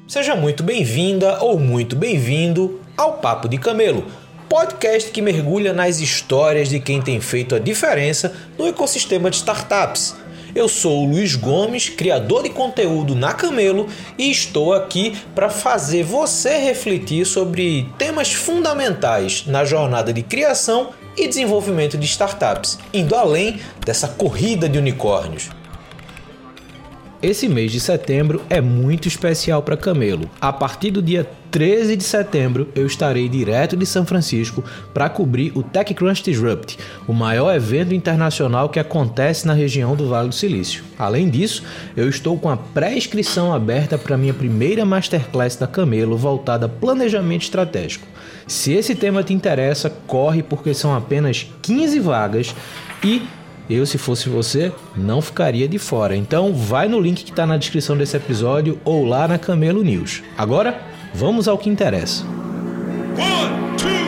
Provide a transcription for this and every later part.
Seja muito bem-vinda ou muito bem-vindo ao Papo de Camelo, podcast que mergulha nas histórias de quem tem feito a diferença no ecossistema de startups. Eu sou o Luiz Gomes, criador de conteúdo na Camelo, e estou aqui para fazer você refletir sobre temas fundamentais na jornada de criação e desenvolvimento de startups, indo além dessa corrida de unicórnios. Esse mês de setembro é muito especial para Camelo. A partir do dia 13 de setembro, eu estarei direto de São Francisco para cobrir o TechCrunch Disrupt, o maior evento internacional que acontece na região do Vale do Silício. Além disso, eu estou com a pré-inscrição aberta para minha primeira Masterclass da Camelo voltada a planejamento estratégico. Se esse tema te interessa, corre porque são apenas 15 vagas e eu, se fosse você, não ficaria de fora. Então, vai no link que está na descrição desse episódio ou lá na Camelo News. Agora, vamos ao que interessa. 1, 2, 3,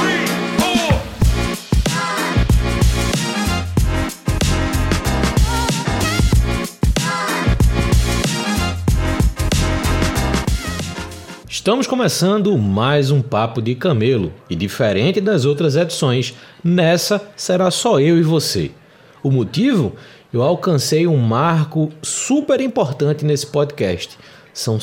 4. Estamos começando mais um Papo de Camelo. E diferente das outras edições, nessa será só eu e você. O motivo? Eu alcancei um marco super importante nesse podcast. São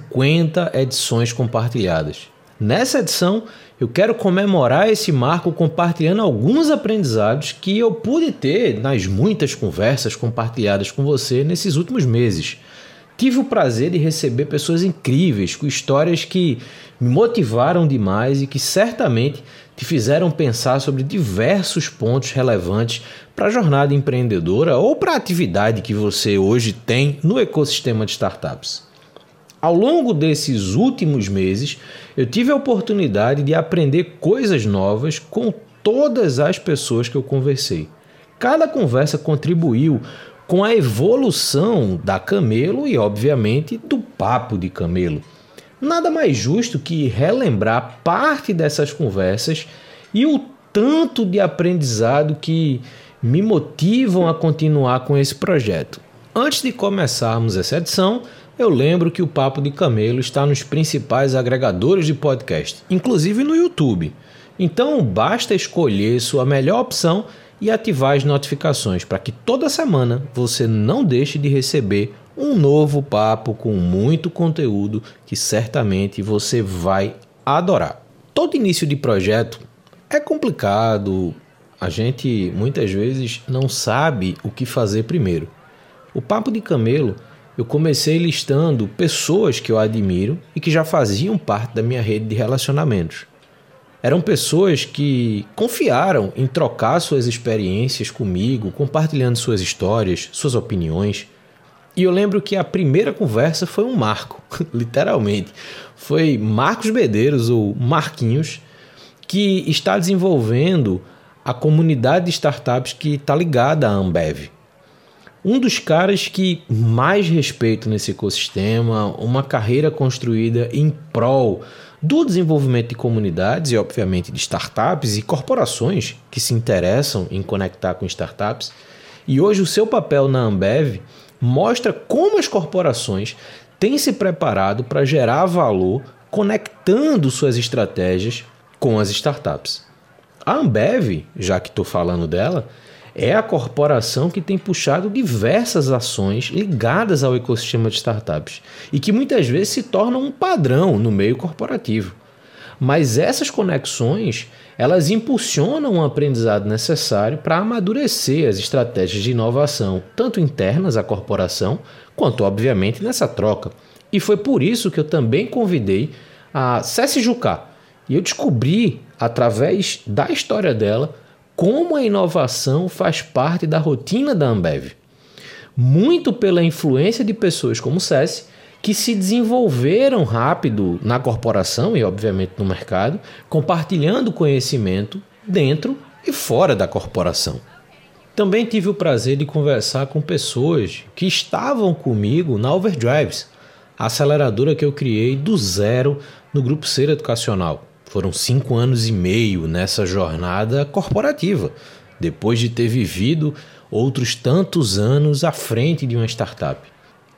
50 edições compartilhadas. Nessa edição, eu quero comemorar esse marco compartilhando alguns aprendizados que eu pude ter nas muitas conversas compartilhadas com você nesses últimos meses. Tive o prazer de receber pessoas incríveis, com histórias que me motivaram demais e que certamente te fizeram pensar sobre diversos pontos relevantes para a jornada empreendedora ou para a atividade que você hoje tem no ecossistema de startups. Ao longo desses últimos meses, eu tive a oportunidade de aprender coisas novas com todas as pessoas que eu conversei. Cada conversa contribuiu com a evolução da Camelo e, obviamente, do Papo de Camelo. Nada mais justo que relembrar parte dessas conversas e o tanto de aprendizado que me motivam a continuar com esse projeto. Antes de começarmos essa edição, eu lembro que o Papo de Camelo está nos principais agregadores de podcast, inclusive no YouTube. Então, basta escolher sua melhor opção e ativar as notificações para que toda semana você não deixe de receber um novo papo com muito conteúdo que certamente você vai adorar. Todo início de projeto é complicado, a gente muitas vezes não sabe o que fazer primeiro. O Papo de Camelo eu comecei listando pessoas que eu admiro e que já faziam parte da minha rede de relacionamentos. Eram pessoas que confiaram em trocar suas experiências comigo, compartilhando suas histórias, suas opiniões. E eu lembro que a primeira conversa foi um marco, literalmente. Foi Marcos Bedeiros, ou Marquinhos, que está desenvolvendo a comunidade de startups que está ligada à Ambev. Um dos caras que mais respeito nesse ecossistema, uma carreira construída em prol do desenvolvimento de comunidades e, obviamente, de startups e corporações que se interessam em conectar com startups. E hoje o seu papel na Ambev mostra como as corporações têm se preparado para gerar valor conectando suas estratégias com as startups. A Ambev, já que estou falando dela, é a corporação que tem puxado diversas ações ligadas ao ecossistema de startups e que muitas vezes se tornam um padrão no meio corporativo. Mas essas conexões, elas impulsionam o aprendizado necessário para amadurecer as estratégias de inovação, tanto internas à corporação, quanto, obviamente, nessa troca. E foi por isso que eu também convidei a Ceci Jucá. E eu descobri, através da história dela, como a inovação faz parte da rotina da Ambev. Muito pela influência de pessoas como Ceci, que se desenvolveram rápido na corporação e, obviamente, no mercado, compartilhando conhecimento dentro e fora da corporação. Também tive o prazer de conversar com pessoas que estavam comigo na Overdrives, a aceleradora que eu criei do zero no Grupo Ser Educacional. Foram 5 anos e meio nessa jornada corporativa, depois de ter vivido outros tantos anos à frente de uma startup.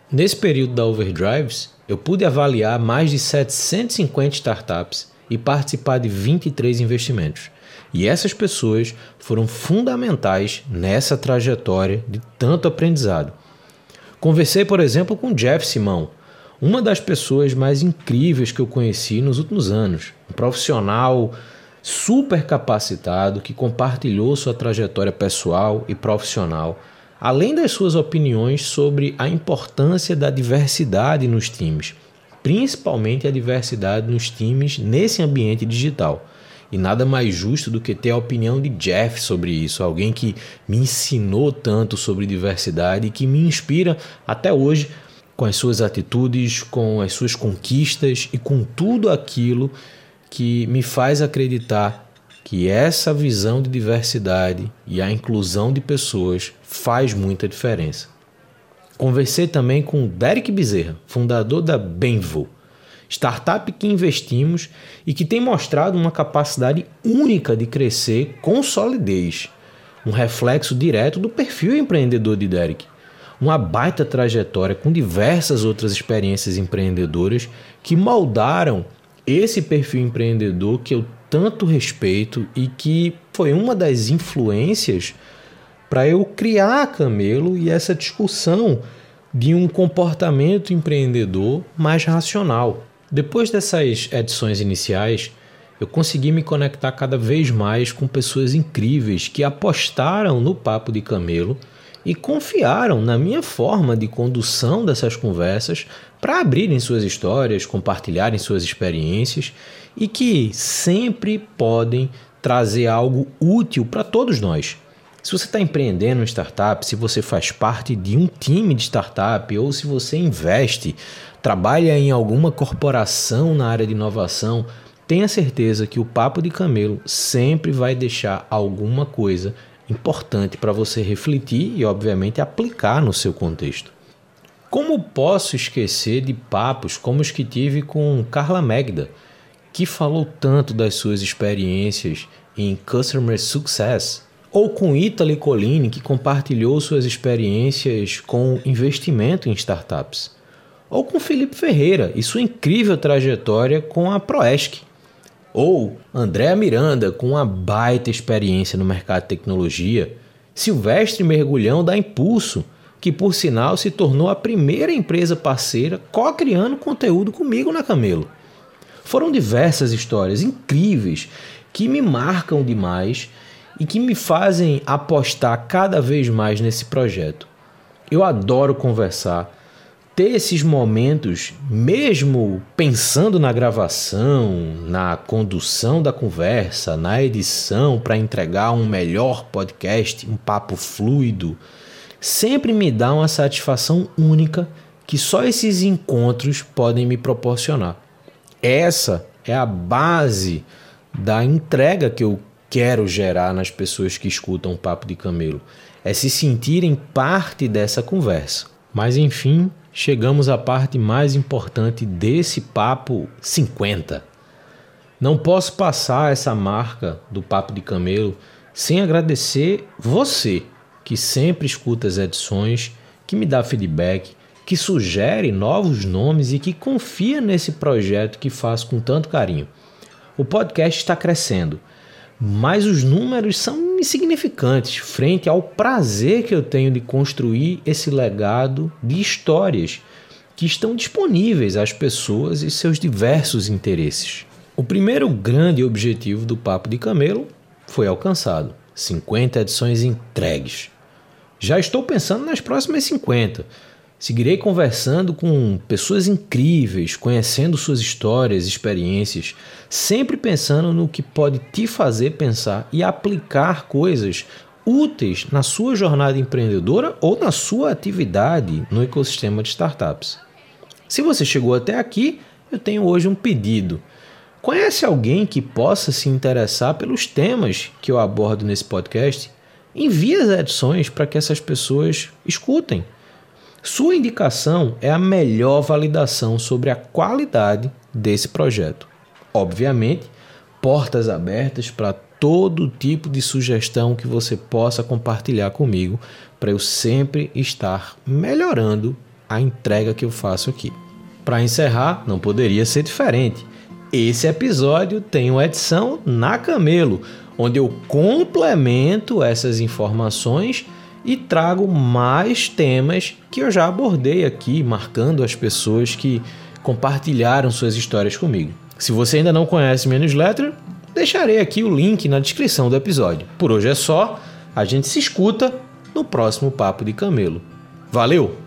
Nesse período da Overdrives, eu pude avaliar mais de 750 startups e participar de 23 investimentos. E essas pessoas foram fundamentais nessa trajetória de tanto aprendizado. Conversei, por exemplo, com Jeff Simão, uma das pessoas mais incríveis que eu conheci nos últimos anos. Um profissional super capacitado que compartilhou sua trajetória pessoal e profissional, além das suas opiniões sobre a importância da diversidade nos times, principalmente a diversidade nos times nesse ambiente digital. E nada mais justo do que ter a opinião de Jeff sobre isso, alguém que me ensinou tanto sobre diversidade e que me inspira até hoje com as suas atitudes, com as suas conquistas e com tudo aquilo que me faz acreditar que essa visão de diversidade e a inclusão de pessoas faz muita diferença. Conversei também com Derek Bezerra, fundador da Benvo, startup que investimos e que tem mostrado uma capacidade única de crescer com solidez, um reflexo direto do perfil empreendedor de Derek. Uma baita trajetória com diversas outras experiências empreendedoras que moldaram esse perfil empreendedor que eu tanto respeito e que foi uma das influências para eu criar a Camelo e essa discussão de um comportamento empreendedor mais racional. Depois dessas edições iniciais, eu consegui me conectar cada vez mais com pessoas incríveis que apostaram no Papo de Camelo e confiaram na minha forma de condução dessas conversas para abrirem suas histórias, compartilharem suas experiências e que sempre podem trazer algo útil para todos nós. Se você está empreendendo em startup, se você faz parte de um time de startup ou se você investe, trabalha em alguma corporação na área de inovação, tenha certeza que o Papo de Camelo sempre vai deixar alguma coisa importante para você refletir e, obviamente, aplicar no seu contexto. Como posso esquecer de papos como os que tive com Carla Megda, que falou tanto das suas experiências em Customer Success, ou com Italy Colline, que compartilhou suas experiências com investimento em startups, ou com Felipe Ferreira e sua incrível trajetória com a Proesc, ou Andréa Miranda com uma baita experiência no mercado de tecnologia, Silvestre Mergulhão da Impulso, que por sinal se tornou a primeira empresa parceira co-criando conteúdo comigo na Camelo. Foram diversas histórias incríveis que me marcam demais e que me fazem apostar cada vez mais nesse projeto. Eu adoro conversar, ter esses momentos, mesmo pensando na gravação, na condução da conversa, na edição para entregar um melhor podcast, um papo fluido, sempre me dá uma satisfação única que só esses encontros podem me proporcionar. Essa é a base da entrega que eu quero gerar nas pessoas que escutam o Papo de Camelo, é se sentirem parte dessa conversa. Mas enfim, chegamos à parte mais importante desse Papo 50. Não posso passar essa marca do Papo de Camelo sem agradecer você, que sempre escuta as edições, que me dá feedback, que sugere novos nomes e que confia nesse projeto que faço com tanto carinho. O podcast está crescendo, mas os números são insignificantes frente ao prazer que eu tenho de construir esse legado de histórias que estão disponíveis às pessoas e seus diversos interesses. O primeiro grande objetivo do Papo de Camelo foi alcançado, 50 edições entregues. Já estou pensando nas próximas 50. Seguirei conversando com pessoas incríveis, conhecendo suas histórias e experiências, sempre pensando no que pode te fazer pensar e aplicar coisas úteis na sua jornada empreendedora ou na sua atividade no ecossistema de startups. Se você chegou até aqui, eu tenho hoje um pedido. Conhece alguém que possa se interessar pelos temas que eu abordo nesse podcast? Envie as edições para que essas pessoas escutem. Sua indicação é a melhor validação sobre a qualidade desse projeto. Obviamente, portas abertas para todo tipo de sugestão que você possa compartilhar comigo para eu sempre estar melhorando a entrega que eu faço aqui. Para encerrar, não poderia ser diferente. Esse episódio tem uma edição na Camelo, onde eu complemento essas informações e trago mais temas que eu já abordei aqui, marcando as pessoas que compartilharam suas histórias comigo. Se você ainda não conhece minha newsletter, deixarei aqui o link na descrição do episódio. Por hoje é só, a gente se escuta no próximo Papo de Camelo. Valeu!